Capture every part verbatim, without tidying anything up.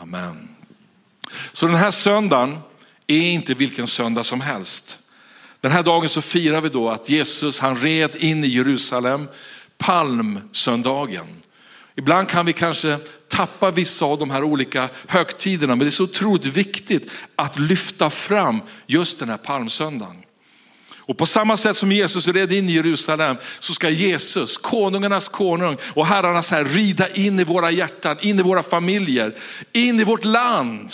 Amen. Så den här söndagen är inte vilken söndag som helst. Den här dagen så firar vi då att Jesus, han red in i Jerusalem, palmsöndagen. Ibland kan vi kanske tappa vissa av de här olika högtiderna, men det är så otroligt viktigt att lyfta fram just den här palmsöndagen. Och på samma sätt som Jesus red in i Jerusalem så ska Jesus, konungarnas konung och herrarnas här, rida in i våra hjärtan, in i våra familjer, in i vårt land.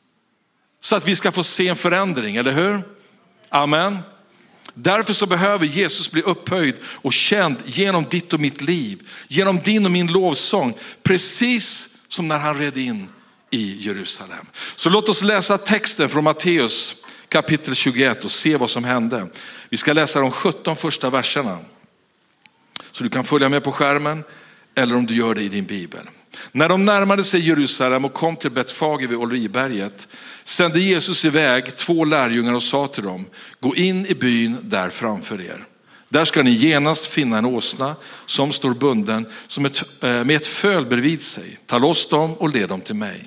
Så att vi ska få se en förändring, eller hur? Amen. Därför så behöver Jesus bli upphöjd och känd genom ditt och mitt liv. Genom din och min lovsång. Precis som när han red in i Jerusalem. Så låt oss läsa texten från Matteus kapitel tjugoett och se vad som hände. Vi ska läsa de sjutton första verserna. Så du kan följa med på skärmen eller om du gör det i din bibel. När de närmade sig Jerusalem och kom till Betfage vid Olivberget sände Jesus iväg två lärjungar och sa till dem: gå in i byn där framför er. Där ska ni genast finna en åsna som står bunden som ett, med ett föl bredvid sig. Ta loss dem och led dem till mig.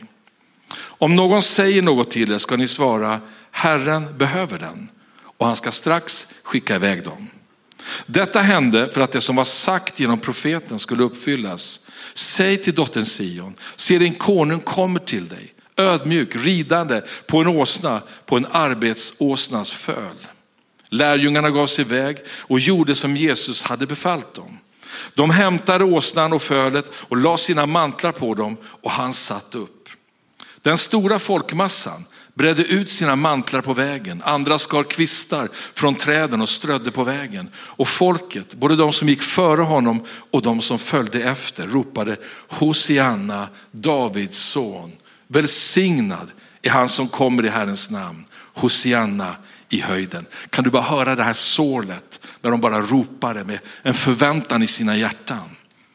Om någon säger något till er ska ni svara: Herren behöver den, och han ska strax skicka iväg dem. Detta hände för att det som var sagt genom profeten skulle uppfyllas. Säg till dottern Sion: se, din konung kommer till dig, ödmjuk, ridande på en åsna, på en arbetsåsnas föl. Lärjungarna gav sig iväg och gjorde som Jesus hade befallt dem. De hämtade åsnan och fölet och la sina mantlar på dem, och han satt upp. Den stora folkmassan bredde ut sina mantlar på vägen. Andra skar kvistar från träden och strödde på vägen. Och folket, både de som gick före honom och de som följde efter, ropade: Hosianna, Davids son. Välsignad är han som kommer i Herrens namn. Hosianna i höjden. Kan du bara höra det här sålet när de bara ropade med en förväntan i sina hjärtan.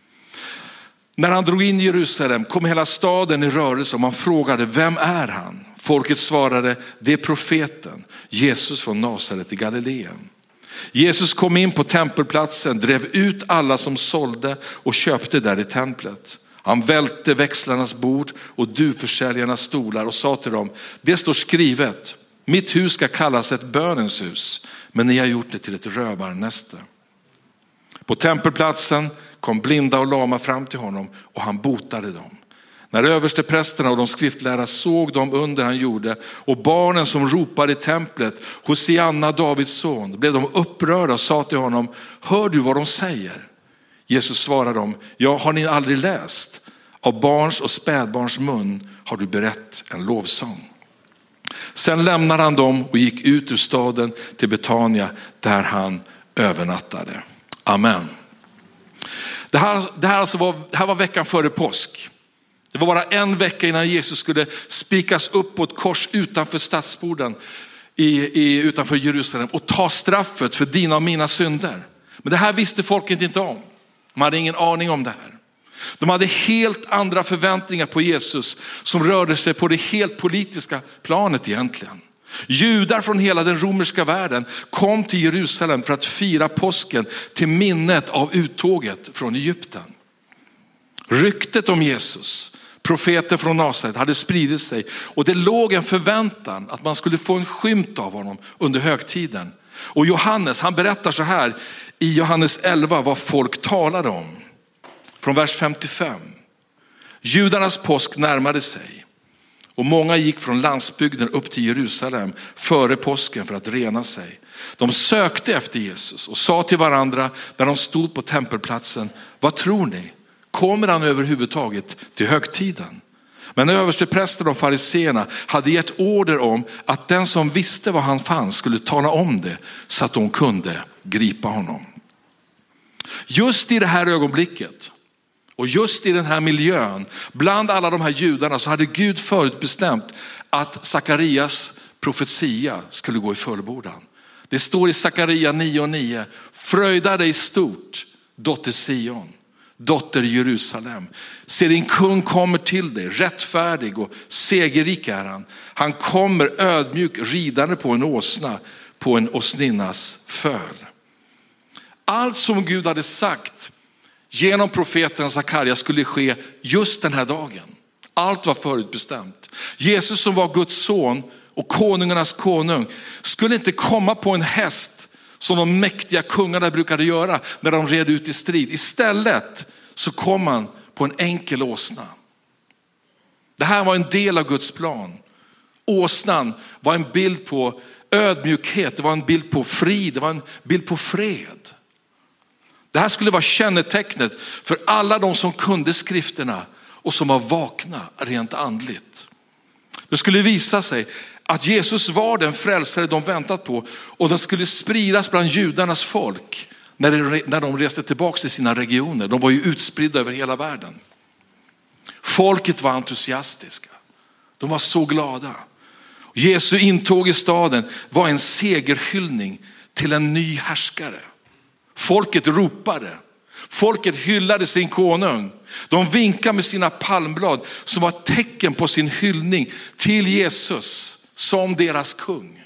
När han drog in i Jerusalem kom hela staden i rörelse och man frågade: vem är han? Folket svarade: det är profeten Jesus från Nasaret i Galileen. Jesus kom in på tempelplatsen, drev ut alla som sålde och köpte där i templet. Han välte växlarnas bord och duvförsäljarnas stolar och sa till dem: det står skrivet, mitt hus ska kallas ett bönens hus, men ni har gjort det till ett rövarnäste. På tempelplatsen kom blinda och lama fram till honom och han botade dem. När översteprästerna och de skriftlärda såg de under han gjorde och barnen som ropade i templet: Hosianna, Davids son, blev de upprörda och sa till honom: hör du vad de säger? Jesus svarade dem: ja, har ni aldrig läst? Av barns och spädbarns mun har du berett en lovsång. Sen lämnade han dem och gick ut ur staden till Betania där han övernattade. Amen. Det här, det här, alltså var, det här var veckan före påsk. Det var bara en vecka innan Jesus skulle spikas upp på ett kors utanför stadsborden i, i, utanför Jerusalem och ta straffet för dina och mina synder. Men det här visste folket inte om. De hade ingen aning om det här. De hade helt andra förväntningar på Jesus som rörde sig på det helt politiska planet egentligen. Judar från hela den romerska världen kom till Jerusalem för att fira påsken till minnet av uttåget från Egypten. Ryktet om Jesus, profeten från Nasaret, hade spridit sig och det låg en förväntan att man skulle få en skymt av honom under högtiden. Och Johannes, han berättar så här i Johannes elva vad folk talade om. Från vers femtiofem. Judarnas påsk närmade sig och många gick från landsbygden upp till Jerusalem före påsken för att rena sig. De sökte efter Jesus och sa till varandra när de stod på tempelplatsen: vad tror ni? Kommer han överhuvudtaget till högtiden? Men översteprästerna och fariséerna hade gett order om att den som visste var han fanns skulle tala om det så att de kunde gripa honom. Just i det här ögonblicket och just i den här miljön, bland alla de här judarna, så hade Gud förutbestämt att Sakarias profetia skulle gå i fullbordan. Det står i Sakaria nio och nio: fröjda dig stort, dotter Sion, dotter Jerusalem. Se, din kung kommer till dig, rättfärdig och segerrik är han. Han kommer ödmjuk ridande på en åsna, på en åsninnas föl. Allt som Gud hade sagt genom profeten Sakaria skulle ske just den här dagen. Allt var förutbestämt. Jesus som var Guds son och konungarnas konung skulle inte komma på en häst som de mäktiga kungarna brukade göra när de red ut i strid. Istället så kom han på en enkel åsna. Det här var en del av Guds plan. Åsnan var en bild på ödmjukhet, det var en bild på frid, det var en bild på fred. Det här skulle vara kännetecknet för alla de som kunde skrifterna och som var vakna rent andligt. Det skulle visa sig att Jesus var den frälsare de väntat på och den skulle spridas bland judarnas folk när de, när de reste tillbaka till sina regioner. De var ju utspridda över hela världen. Folket var entusiastiska. De var så glada. Jesu intåg i staden var en segerhyllning till en ny härskare. Folket ropade. Folket hyllade sin konung. De vinkade med sina palmblad som var ett tecken på sin hyllning till Jesus som deras kung.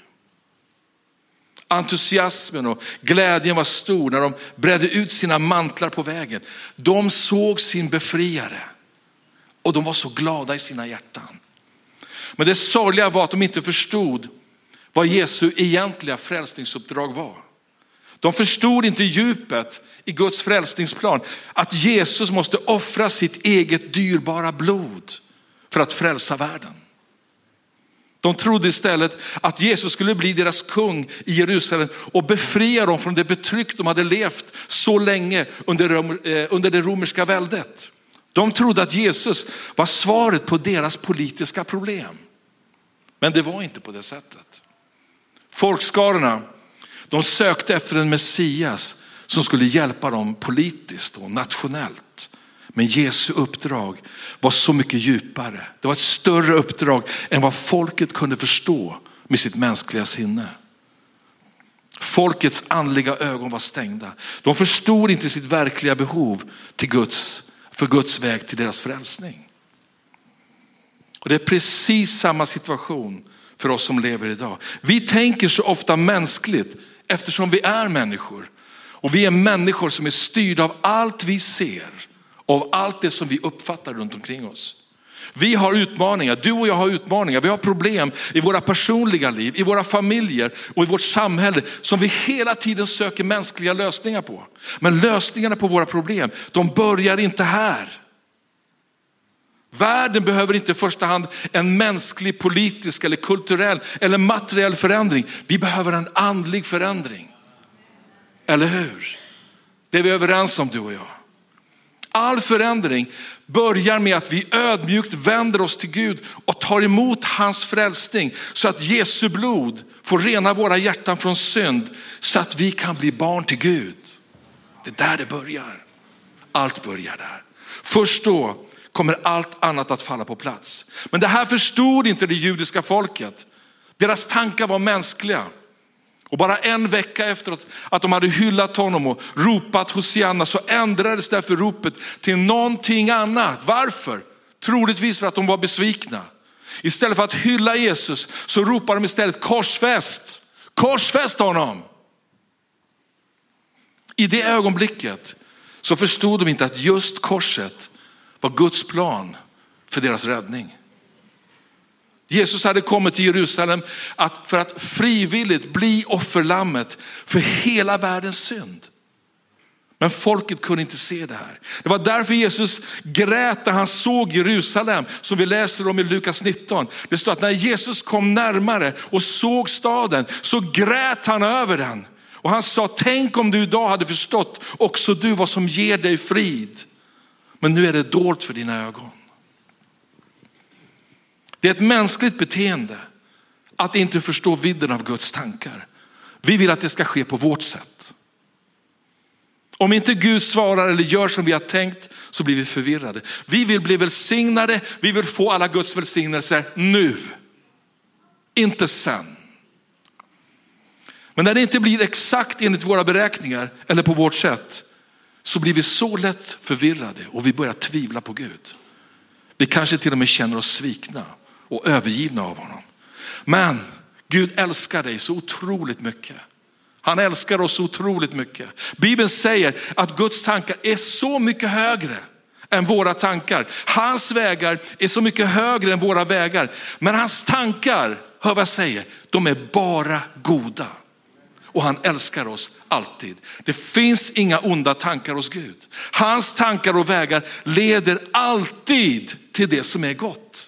Entusiasmen och glädjen var stor när de bredde ut sina mantlar på vägen. De såg sin befriare och de var så glada i sina hjärtan. Men det sorgliga var att de inte förstod vad Jesu egentliga frälsningsuppdrag var. De förstod inte djupet i Guds frälsningsplan. Att Jesus måste offra sitt eget dyrbara blod för att frälsa världen. De trodde istället att Jesus skulle bli deras kung i Jerusalem och befria dem från det betryck de hade levt så länge under, under det romerska väldet. De trodde att Jesus var svaret på deras politiska problem. Men det var inte på det sättet. Folkskarorna, de sökte efter en Messias som skulle hjälpa dem politiskt och nationellt. Men Jesu uppdrag var så mycket djupare. Det var ett större uppdrag än vad folket kunde förstå med sitt mänskliga sinne. Folkets andliga ögon var stängda. De förstod inte sitt verkliga behov till Guds, för Guds väg till deras frälsning. Och det är precis samma situation för oss som lever idag. Vi tänker så ofta mänskligt eftersom vi är människor. Och vi är människor som är styrda av allt vi ser. Av allt det som vi uppfattar runt omkring oss. Vi har utmaningar, du och jag har utmaningar. Vi har problem i våra personliga liv, i våra familjer och i vårt samhälle som vi hela tiden söker mänskliga lösningar på. Men lösningarna på våra problem, de börjar inte här. Världen behöver inte i första hand en mänsklig, politisk eller kulturell eller materiell förändring. Vi behöver en andlig förändring. Eller hur? Det är vi överens om, du och jag. All förändring börjar med att vi ödmjukt vänder oss till Gud och tar emot hans frälsning så att Jesu blod får rena våra hjärtan från synd så att vi kan bli barn till Gud. Det är där det börjar. Allt börjar där. Först då kommer allt annat att falla på plats. Men det här förstod inte det judiska folket. Deras tankar var mänskliga. Och bara en vecka efter att de hade hyllat honom och ropat Hosianna så ändrades därför ropet till någonting annat. Varför? Troligtvis för att de var besvikna. Istället för att hylla Jesus så ropar de istället korsfäst. Korsfäst honom. I det ögonblicket så förstod de inte att just korset var Guds plan för deras räddning. Jesus hade kommit till Jerusalem att för att frivilligt bli offerlammet för hela världens synd. Men folket kunde inte se det här. Det var därför Jesus grät när han såg Jerusalem, som vi läser om i Lukas nitton. Det står att när Jesus kom närmare och såg staden så grät han över den. Och han sa, tänk om du idag hade förstått också du vad som ger dig frid. Men nu är det dolt för dina ögon. Det är ett mänskligt beteende att inte förstå vidden av Guds tankar. Vi vill att det ska ske på vårt sätt. Om inte Gud svarar eller gör som vi har tänkt så blir vi förvirrade. Vi vill bli välsignade, vi vill få alla Guds välsignelser nu. Inte sen. Men när det inte blir exakt enligt våra beräkningar eller på vårt sätt så blir vi så lätt förvirrade och vi börjar tvivla på Gud. Vi kanske till och med känner oss svikna och övergivna av honom. Men Gud älskar dig så otroligt mycket. Han älskar oss så otroligt mycket. Bibeln säger att Guds tankar är så mycket högre än våra tankar. Hans vägar är så mycket högre än våra vägar. Men hans tankar, hör vad jag säger, de är bara goda. Och han älskar oss alltid. Det finns inga onda tankar hos Gud. Hans tankar och vägar leder alltid till det som är gott.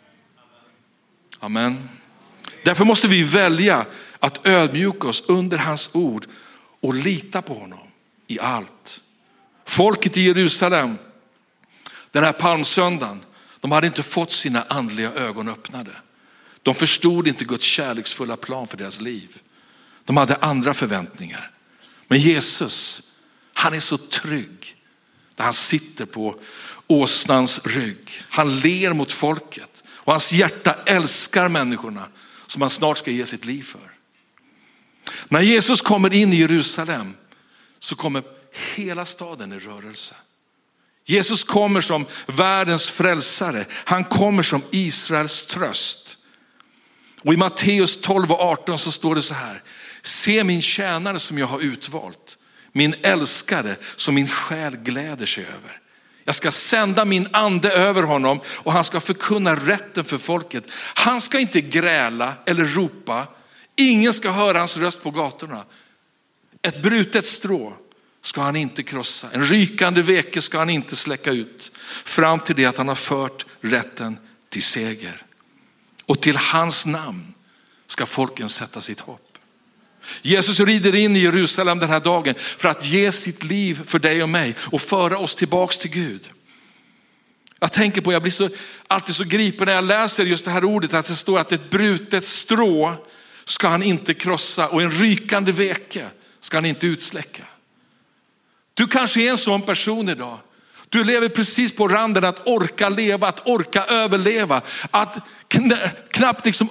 Amen. Därför måste vi välja att ödmjuka oss under hans ord och lita på honom i allt. Folket i Jerusalem, den här palmsöndagen, de hade inte fått sina andliga ögon öppnade. De förstod inte Guds kärleksfulla plan för deras liv. De hade andra förväntningar. Men Jesus, han är så trygg där han sitter på åsnans rygg. Han ler mot folket och hans hjärta älskar människorna som han snart ska ge sitt liv för. När Jesus kommer in i Jerusalem så kommer hela staden i rörelse. Jesus kommer som världens frälsare. Han kommer som Israels tröst. Och i Matteus tolv och arton så står det så här: se min tjänare som jag har utvalt, min älskare som min själ gläder sig över. Jag ska sända min ande över honom och han ska förkunna rätten för folket. Han ska inte gräla eller ropa. Ingen ska höra hans röst på gatorna. Ett brutet strå ska han inte krossa. En rykande veke ska han inte släcka ut. Fram till det att han har fört rätten till seger. Och till hans namn ska folken sätta sitt hopp. Jesus rider in i Jerusalem den här dagen för att ge sitt liv för dig och mig och föra oss tillbaks till Gud. Jag tänker på, jag blir så, alltid så gripen när jag läser just det här ordet, att det står att ett brutet strå ska han inte krossa och en rykande veke ska han inte utsläcka. Du kanske är en sån person idag. Du lever precis på randen att orka leva, att orka överleva, att knappt liksom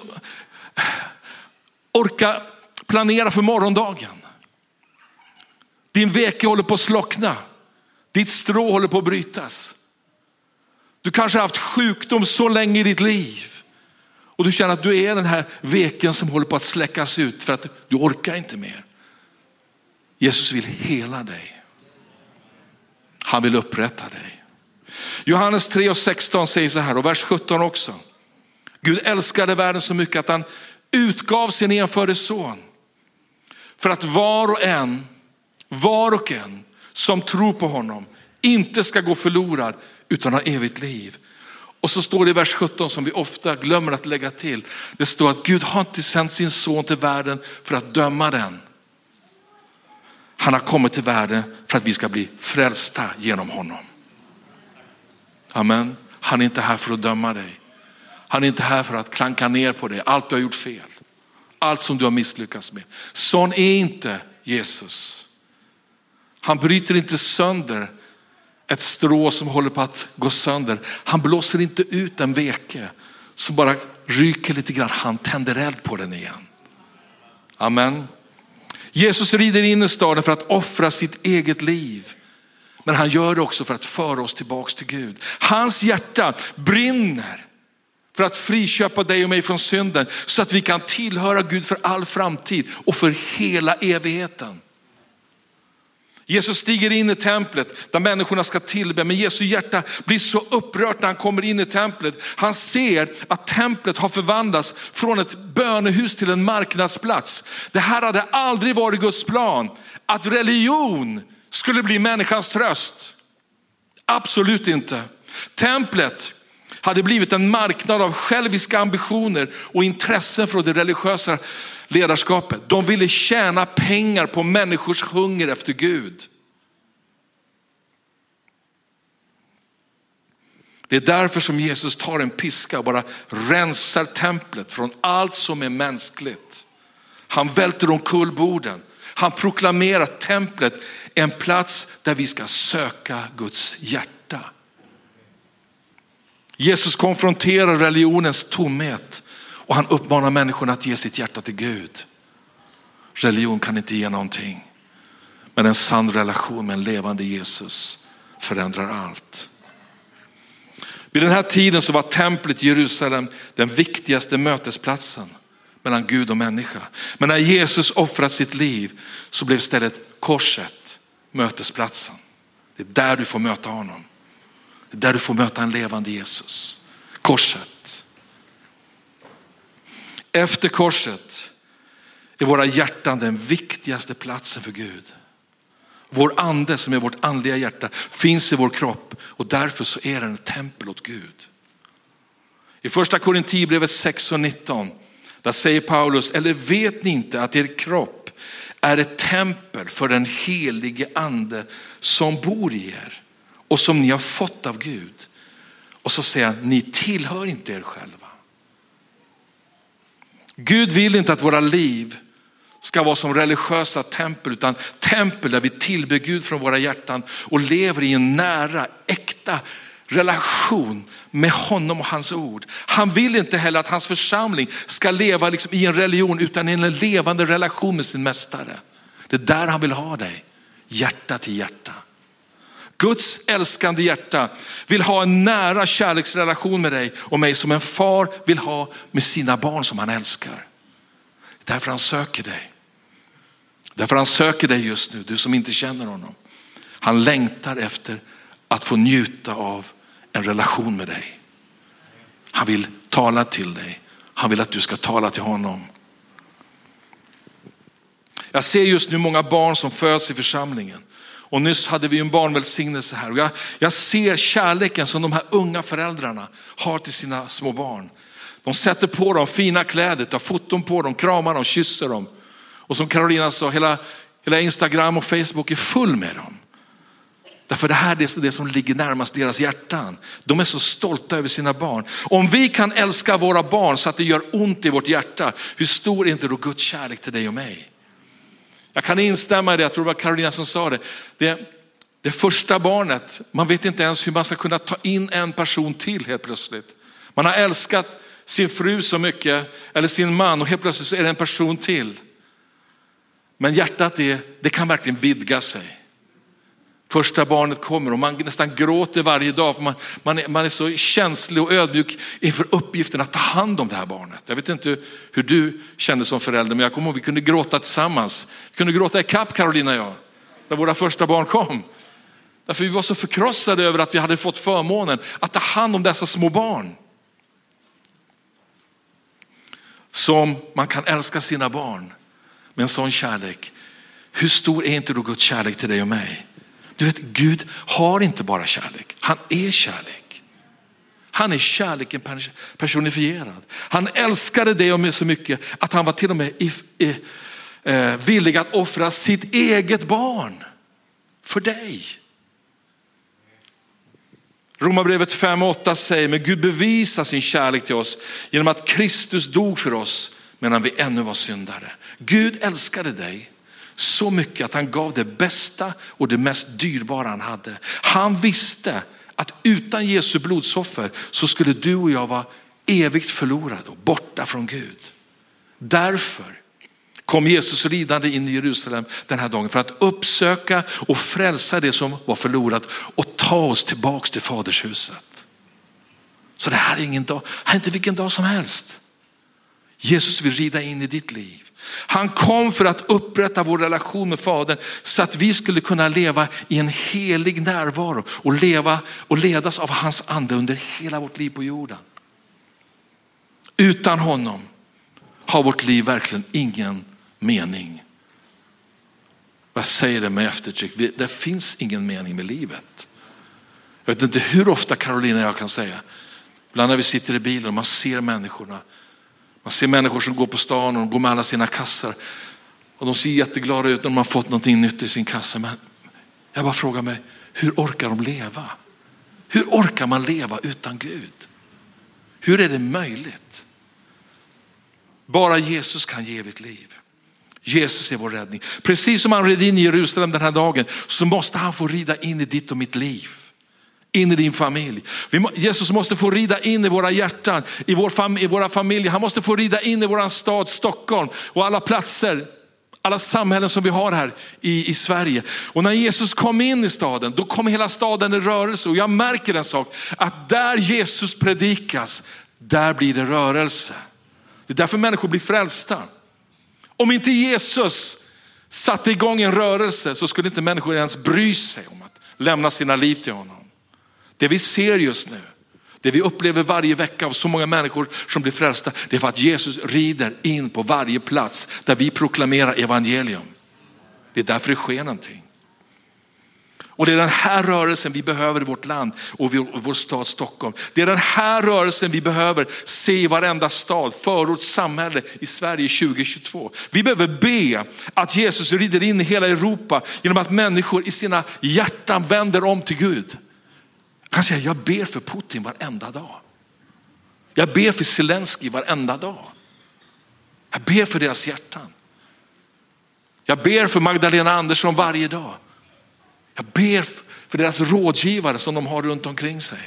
orka planera för morgondagen. Din veke håller på att slockna. Ditt strå håller på att brytas. Du kanske har haft sjukdom så länge i ditt liv. Och du känner att du är den här veken som håller på att släckas ut för att du orkar inte mer. Jesus vill hela dig. Han vill upprätta dig. Johannes tre och sexton säger så här, och vers sjutton också. Gud älskade världen så mycket att han utgav sin enfödde son. För att var och en, var och en som tror på honom inte ska gå förlorad utan ha evigt liv. Och så står det i vers sjutton som vi ofta glömmer att lägga till. Det står att Gud har inte sänt sin son till världen för att döma den. Han har kommit till världen för att vi ska bli frälsta genom honom. Amen. Han är inte här för att döma dig. Han är inte här för att klanka ner på dig. Allt du har gjort fel. Allt som du har misslyckats med. Sån är inte Jesus. Han bryter inte sönder ett strå som håller på att gå sönder. Han blåser inte ut en veke som bara ryker lite grann. Han tänder eld på den igen. Amen. Jesus rider in i staden för att offra sitt eget liv. Men han gör det också för att föra oss tillbaks till Gud. Hans hjärta brinner för att friköpa dig och mig från synden. Så att vi kan tillhöra Gud för all framtid och för hela evigheten. Jesus stiger in i templet där människorna ska tillbe. Men Jesu hjärta blir så upprört när han kommer in i templet. Han ser att templet har förvandlats från ett bönehus till en marknadsplats. Det här hade aldrig varit Guds plan. Att religion skulle bli människans tröst. Absolut inte. Templet hade blivit en marknad av själviska ambitioner och intressen från det religiösa ledarskapet. De ville tjäna pengar på människors hunger efter Gud. Det är därför som Jesus tar en piska och bara rensar templet från allt som är mänskligt. Han välter omkull borden. Han proklamerar templet en plats där vi ska söka Guds hjärta. Jesus konfronterar religionens tomhet och han uppmanar människorna att ge sitt hjärta till Gud. Religion kan inte ge någonting. Men en sann relation med en levande Jesus förändrar allt. Vid den här tiden så var templet i Jerusalem den viktigaste mötesplatsen mellan Gud och människa. Men när Jesus offrat sitt liv så blev istället korset mötesplatsen. Det är där du får möta honom. Där du får möta en levande Jesus. Korset. Efter korset är våra hjärtan den viktigaste platsen för Gud. Vår ande som är vårt andliga hjärta finns i vår kropp och därför så är den ett tempel åt Gud. I första Korinthierbrevet sex och nitton där säger Paulus, eller vet ni inte att er kropp är ett tempel för den helige ande som bor i er och som ni har fått av Gud. Och så säger han, ni tillhör inte er själva. Gud vill inte att våra liv ska vara som religiösa tempel, utan tempel där vi tillber Gud från våra hjärtan och lever i en nära, äkta relation med honom och hans ord. Han vill inte heller att hans församling ska leva liksom i en religion, utan i en levande relation med sin mästare. Det är där han vill ha dig, hjärta till hjärta. Guds älskande hjärta vill ha en nära kärleksrelation med dig och mig som en far vill ha med sina barn som han älskar. Därför han söker dig. Därför han söker dig just nu, du som inte känner honom. Han längtar efter att få njuta av en relation med dig. Han vill tala till dig. Han vill att du ska tala till honom. Jag ser just nu många barn som föds i församlingen. Och nyss hade vi en barnvälsignelse här. Och jag, jag ser kärleken som de här unga föräldrarna har till sina små barn. De sätter på dem fina kläder, tar foton på dem, kramar dem, kysser dem. Och som Carolina sa, hela, hela Instagram och Facebook är full med dem. Därför det här är det som ligger närmast deras hjärtan. De är så stolta över sina barn. Om vi kan älska våra barn så att det gör ont i vårt hjärta, hur stor är inte då Guds kärlek till dig och mig? Jag kan instämma i det, jag tror det var Carolina som sa det. det. Det första barnet, man vet inte ens hur man ska kunna ta in en person till helt plötsligt. Man har älskat sin fru så mycket, eller sin man, och helt plötsligt så är det en person till. Men hjärtat är, det kan verkligen vidga sig. Första barnet kommer och man nästan gråter varje dag för man, man, är, man är så känslig och ödmjuk inför uppgiften att ta hand om det här barnet. Jag vet inte hur du kände som förälder, men jag kommer ihåg vi kunde gråta tillsammans. Vi kunde gråta i kapp, Carolina och jag, när våra första barn kom. Därför vi var så förkrossade över att vi hade fått förmånen att ta hand om dessa små barn. Som man kan älska sina barn med en sån kärlek. Hur stor är inte då Guds kärlek till dig och mig? Du vet, Gud har inte bara kärlek. Han är kärlek. Han är kärleken personifierad. Han älskade dig och mig så mycket att han var till och med i, i, eh, villig att offra sitt eget barn för dig. Romarbrevet fem och åtta säger, men Gud bevisar sin kärlek till oss genom att Kristus dog för oss medan vi ännu var syndare. Gud älskade dig så mycket att han gav det bästa och det mest dyrbara han hade. Han visste att utan Jesu blodsoffer så skulle du och jag vara evigt förlorade och borta från Gud. Därför kom Jesus ridande in i Jerusalem den här dagen för att uppsöka och frälsa det som var förlorat och ta oss tillbaks till fadershuset. Så det här är ingen dag, här är inte vilken dag som helst. Jesus vill rida in i ditt liv. Han kom för att upprätta vår relation med Fadern så att vi skulle kunna leva i en helig närvaro och leva och ledas av hans ande under hela vårt liv på jorden. Utan honom har vårt liv verkligen ingen mening. Jag säger det med eftertryck, det finns ingen mening med livet. Jag vet inte hur ofta Carolina och jag kan säga, ibland när vi sitter i bilen och man ser människorna. Man ser människor som går på stan och går med alla sina kassar. Och de ser jätteglada ut när de har fått någonting nytt i sin kassa. Men jag bara frågar mig, hur orkar de leva? Hur orkar man leva utan Gud? Hur är det möjligt? Bara Jesus kan ge evigt liv. Jesus är vår räddning. Precis som han red in i Jerusalem den här dagen så måste han få rida in i ditt och mitt liv. In i din familj. Jesus måste få rida in i våra hjärtan, i, vår fam- i våra familjer. Han måste få rida in i våran stad Stockholm och alla platser, alla samhällen som vi har här i, i Sverige. Och när Jesus kom in i staden, då kom hela staden i rörelse. Och jag märker en sak, att där Jesus predikas, där blir det rörelse. Det är därför människor blir frälsta. Om inte Jesus satte igång en rörelse så skulle inte människor ens bry sig om att lämna sina liv till honom. Det vi ser just nu, det vi upplever varje vecka av så många människor som blir frälsta, det är för att Jesus rider in på varje plats där vi proklamerar evangelium. Det är därför det sker någonting. Och det är den här rörelsen vi behöver i vårt land och i vår stad Stockholm. Det är den här rörelsen vi behöver se i varenda stad, förort, samhälle i Sverige tjugo tjugotvå. Vi behöver be att Jesus rider in i hela Europa genom att människor i sina hjärtan vänder om till Gud. Jag kan säga, jag ber för Putin varenda dag. Jag ber för Zelensky varenda dag. Jag ber för deras hjärtan. Jag ber för Magdalena Andersson varje dag. Jag ber för deras rådgivare som de har runt omkring sig.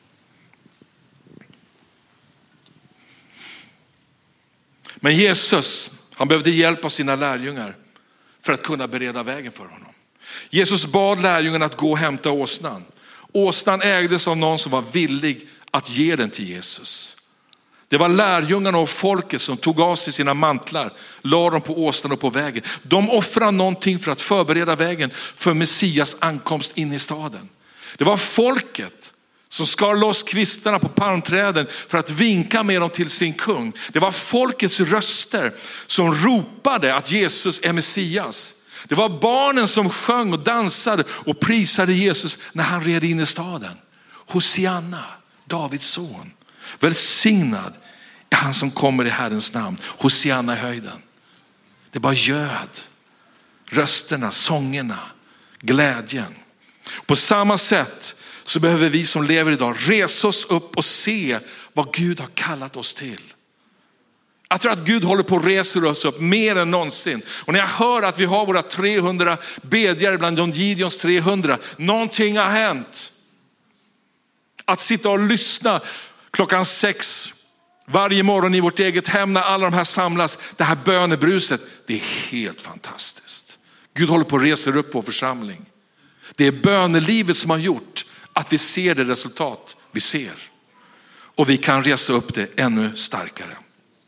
Men Jesus, han behövde hjälp av sina lärjungar för att kunna bereda vägen för honom. Jesus bad lärjungarna att gå och hämta åsnan. Åsnan ägdes av någon som var villig att ge den till Jesus. Det var lärjungarna och folket som tog av sig sina mantlar, la dem på åsnan och på vägen. De offrade någonting för att förbereda vägen för Messias ankomst in i staden. Det var folket som skar loss kvistarna på palmträden för att vinka med dem till sin kung. Det var folkets röster som ropade att Jesus är Messias. Det var barnen som sjöng och dansade och prisade Jesus när han red in i staden. Hosianna, Davids son. Välsignad är han som kommer i Herrens namn. Hosianna i höjden. Det bara göd. Rösterna, sångerna, glädjen. På samma sätt så behöver vi som lever idag resa oss upp och se vad Gud har kallat oss till. Jag tror att Gud håller på att resa oss upp mer än någonsin. Och när jag hör att vi har våra trehundra bedjare bland de Gideons trehundra, någonting har hänt. Att sitta och lyssna klockan sex varje morgon i vårt eget hem när alla de här samlas. Det här bönebruset, det är helt fantastiskt. Gud håller på att resa upp vår församling. Det är bönelivet som har gjort att vi ser det resultat vi ser. Och vi kan resa upp det ännu starkare.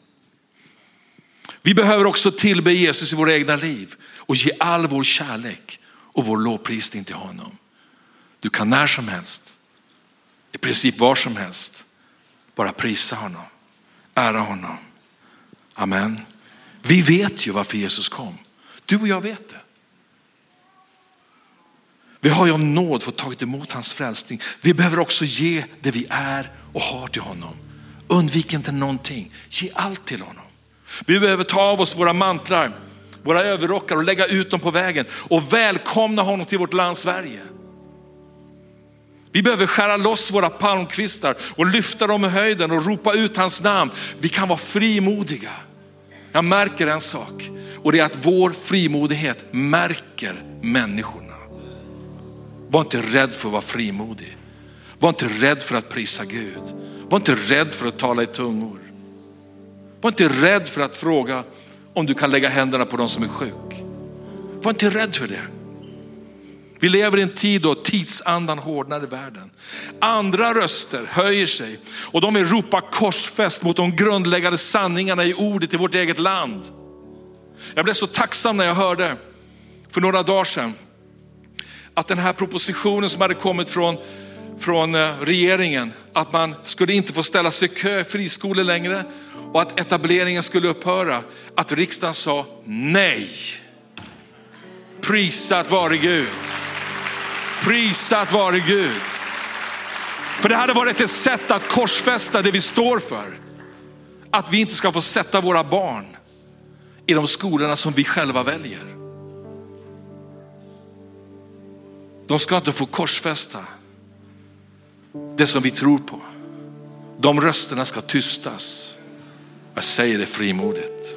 Vi behöver också tillbe Jesus i våra egna liv och ge all vår kärlek och vår lovprisning till honom. Du kan när som helst, i princip var som helst, bara prisa honom, ära honom. Amen. Vi vet ju varför Jesus kom. Du och jag vet det. Vi har ju av nåd fått tagit emot hans frälsning. Vi behöver också ge det vi är och har till honom. Undvik inte någonting. Ge allt till honom. Vi behöver ta av oss våra mantlar, våra överrockar och lägga ut dem på vägen och välkomna honom till vårt land Sverige. Vi behöver skära loss våra palmkvistar och lyfta dem i höjden och ropa ut hans namn. Vi kan vara frimodiga. Jag märker en sak, och det är att vår frimodighet märker människorna. Var inte rädd för att vara frimodig. Var inte rädd för att prisa Gud. Var inte rädd för att tala i tungor. Var inte rädd för att fråga om du kan lägga händerna på de som är sjuk. Var inte rädd för det. Vi lever i en tid då tidsandan hårdnar i världen. Andra röster höjer sig och de vill ropa korsfäst mot de grundläggande sanningarna i ordet i vårt eget land. Jag blev så tacksam när jag hörde för några dagar sedan att den här propositionen som hade kommit från, från regeringen, att man skulle inte få ställa sig i kö i friskolor längre och att etableringen skulle upphöra, att riksdagen sa nej. Prisat vare Gud. Prisat vare Gud. För det hade varit ett sätt att korsfästa det vi står för. Att vi inte ska få sätta våra barn i de skolorna som vi själva väljer. De ska inte få korsfästa det som vi tror på. De rösterna ska tystas. Jag säger det frimodigt.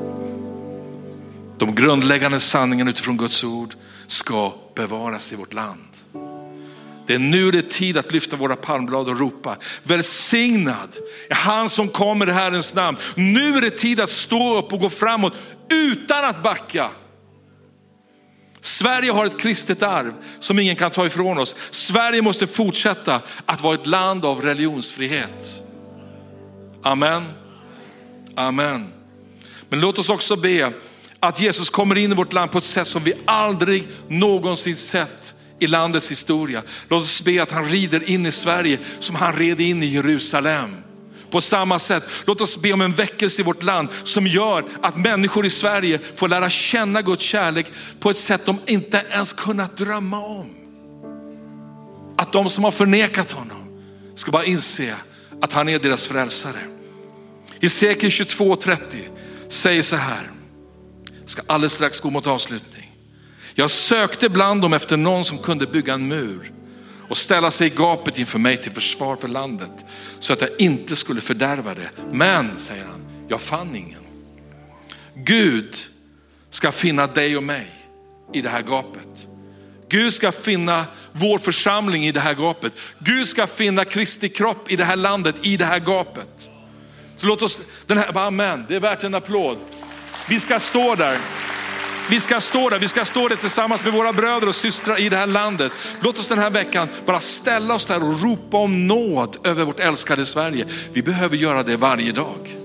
De grundläggande sanningarna utifrån Guds ord ska bevaras i vårt land. Det är nu det är tid att lyfta våra palmblad och ropa: välsignad är han som kommer i Herrens namn. Nu är det tid att stå upp och gå framåt utan att backa. Sverige har ett kristet arv som ingen kan ta ifrån oss. Sverige måste fortsätta att vara ett land av religionsfrihet. Amen. Amen. Men låt oss också be att Jesus kommer in i vårt land på ett sätt som vi aldrig någonsin sett i landets historia. Låt oss be att han rider in i Sverige som han red in i Jerusalem. På samma sätt, låt oss be om en väckelse i vårt land som gör att människor i Sverige får lära känna Guds kärlek på ett sätt de inte ens kunnat drömma om. Att de som har förnekat honom ska bara inse att han är deras frälsare. Hesekiel tjugotvå trettio säger så här, ska alldeles strax gå mot avslutning. Jag sökte bland dem efter någon som kunde bygga en mur och ställa sig i gapet inför mig till försvar för landet, så att jag inte skulle fördärva det. Men, säger han, jag fann ingen. Gud ska finna dig och mig i det här gapet. Gud ska finna vår församling i det här gapet. Gud ska finna Kristi kropp i det här landet, i det här gapet. Så låt oss, den här, amen, det är värt en applåd. Vi ska stå där. Vi ska stå där, vi ska stå där tillsammans med våra bröder och systrar i det här landet. Låt oss den här veckan bara ställa oss där och ropa om nåd över vårt älskade Sverige. Vi behöver göra det varje dag.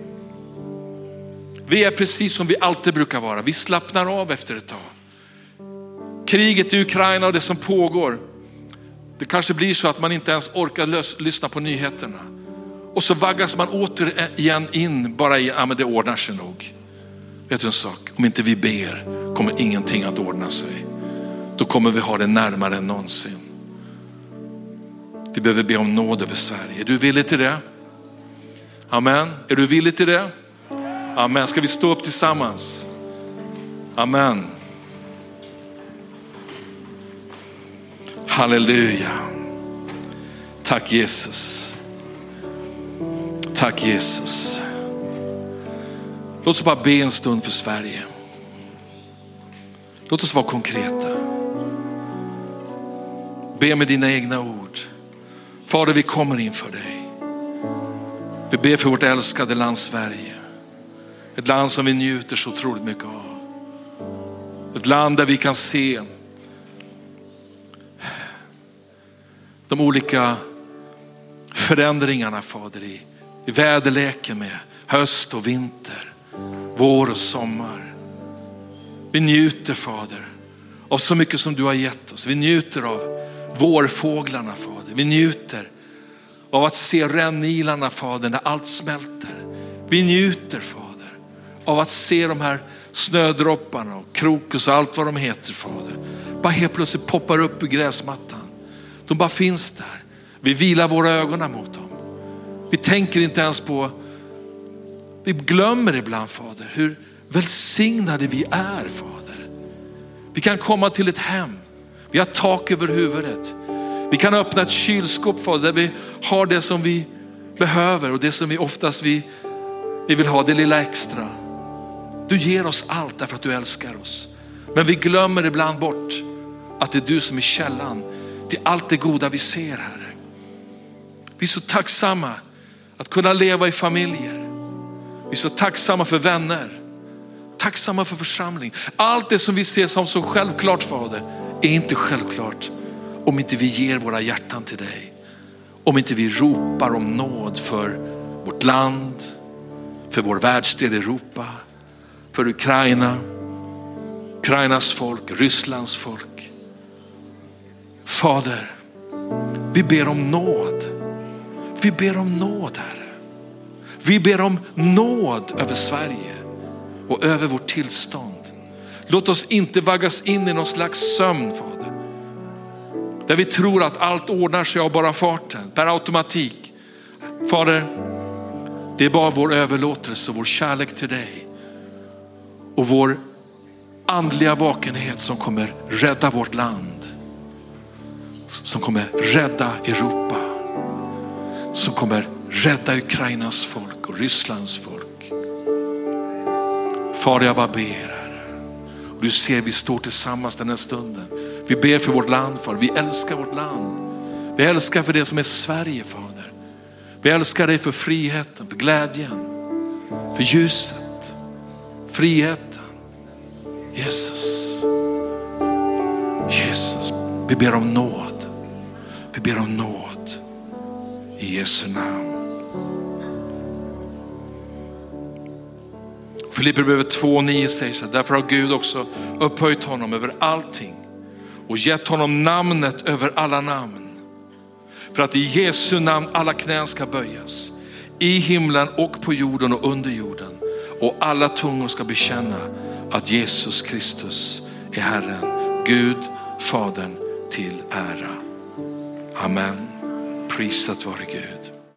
Vi är precis som vi alltid brukar vara. Vi slappnar av efter ett tag. Kriget i Ukraina och det som pågår. Det kanske blir så att man inte ens orkar lös- lyssna på nyheterna. Och så vaggas man återigen in bara i, ja men det ordnar sig nog. Vet du en sak? Om inte vi ber kommer ingenting att ordna sig. Då kommer vi ha det närmare än någonsin. Vi behöver be om nåd över Sverige. Är du villig till det? Amen. Är du villig till det? Amen. Ska vi stå upp tillsammans? Amen. Halleluja. Tack Jesus. Tack Jesus. Låt oss bara be en stund för Sverige. Låt oss vara konkreta. Be med dina egna ord. Fader, vi kommer inför dig. Vi ber för vårt älskade land Sverige. Ett land som vi njuter så otroligt mycket av. Ett land där vi kan se de olika förändringarna, Fader, i, i väderleken med höst och vinter. Vår och sommar. Vi njuter, Fader, av så mycket som du har gett oss. Vi njuter av vårfåglarna, Fader. Vi njuter av att se rännilarna, Fader, när allt smälter. Vi njuter, Fader, av att se de här snödropparna och krokus och allt vad de heter, Fader. Bara helt plötsligt poppar upp ur gräsmattan. De bara finns där. Vi vilar våra ögon mot dem. Vi tänker inte ens på, vi glömmer ibland, Fader, hur välsignade vi är, Fader. Vi kan komma till ett hem. Vi har tak över huvudet. Vi kan öppna ett kylskåp, Fader, där vi har det som vi behöver och det som vi oftast vi, vi vill ha, det lilla extra. Du ger oss allt därför att du älskar oss. Men vi glömmer ibland bort att det är du som är källan till allt det goda vi ser, Herre. Vi är så tacksamma att kunna leva i familjer. Vi är så tacksamma för vänner. Tacksamma för församling. Allt det som vi ser som så självklart, Fader, är inte självklart om inte vi ger våra hjärtan till dig. Om inte vi ropar om nåd för vårt land, för vår världsdel Europa, för Ukraina, Ukrainas folk, Rysslands folk. Fader, vi ber om nåd. Vi ber om nåd, Herre. Vi ber om nåd över Sverige och över vårt tillstånd. Låt oss inte vaggas in i någon slags sömn, Fader. Där vi tror att allt ordnar sig av bara farten, per automatik. Fader, det är bara vår överlåtelse och vår kärlek till dig. Och vår andliga vakenhet som kommer rädda vårt land. Som kommer rädda Europa. Som kommer rädda Ukrainas folk och Rysslands folk. Fader, jag bara ber. Och du ser, vi står tillsammans den här stunden. Vi ber för vårt land, Fader. Vi älskar vårt land. Vi älskar för det som är Sverige, Fader. Vi älskar dig för friheten, för glädjen, för ljuset, friheten. Jesus. Jesus. Vi ber om nåd. Vi ber om nåd. I Jesu namn. Filipperbrevet två nio säger så här: därför har Gud också upphöjt honom över allting och gett honom namnet över alla namn. För att i Jesu namn alla knän ska böjas, i himlen och på jorden och under jorden. Och alla tungor ska bekänna att Jesus Kristus är Herren, Gud Fadern till ära. Amen. Prisat vare Gud.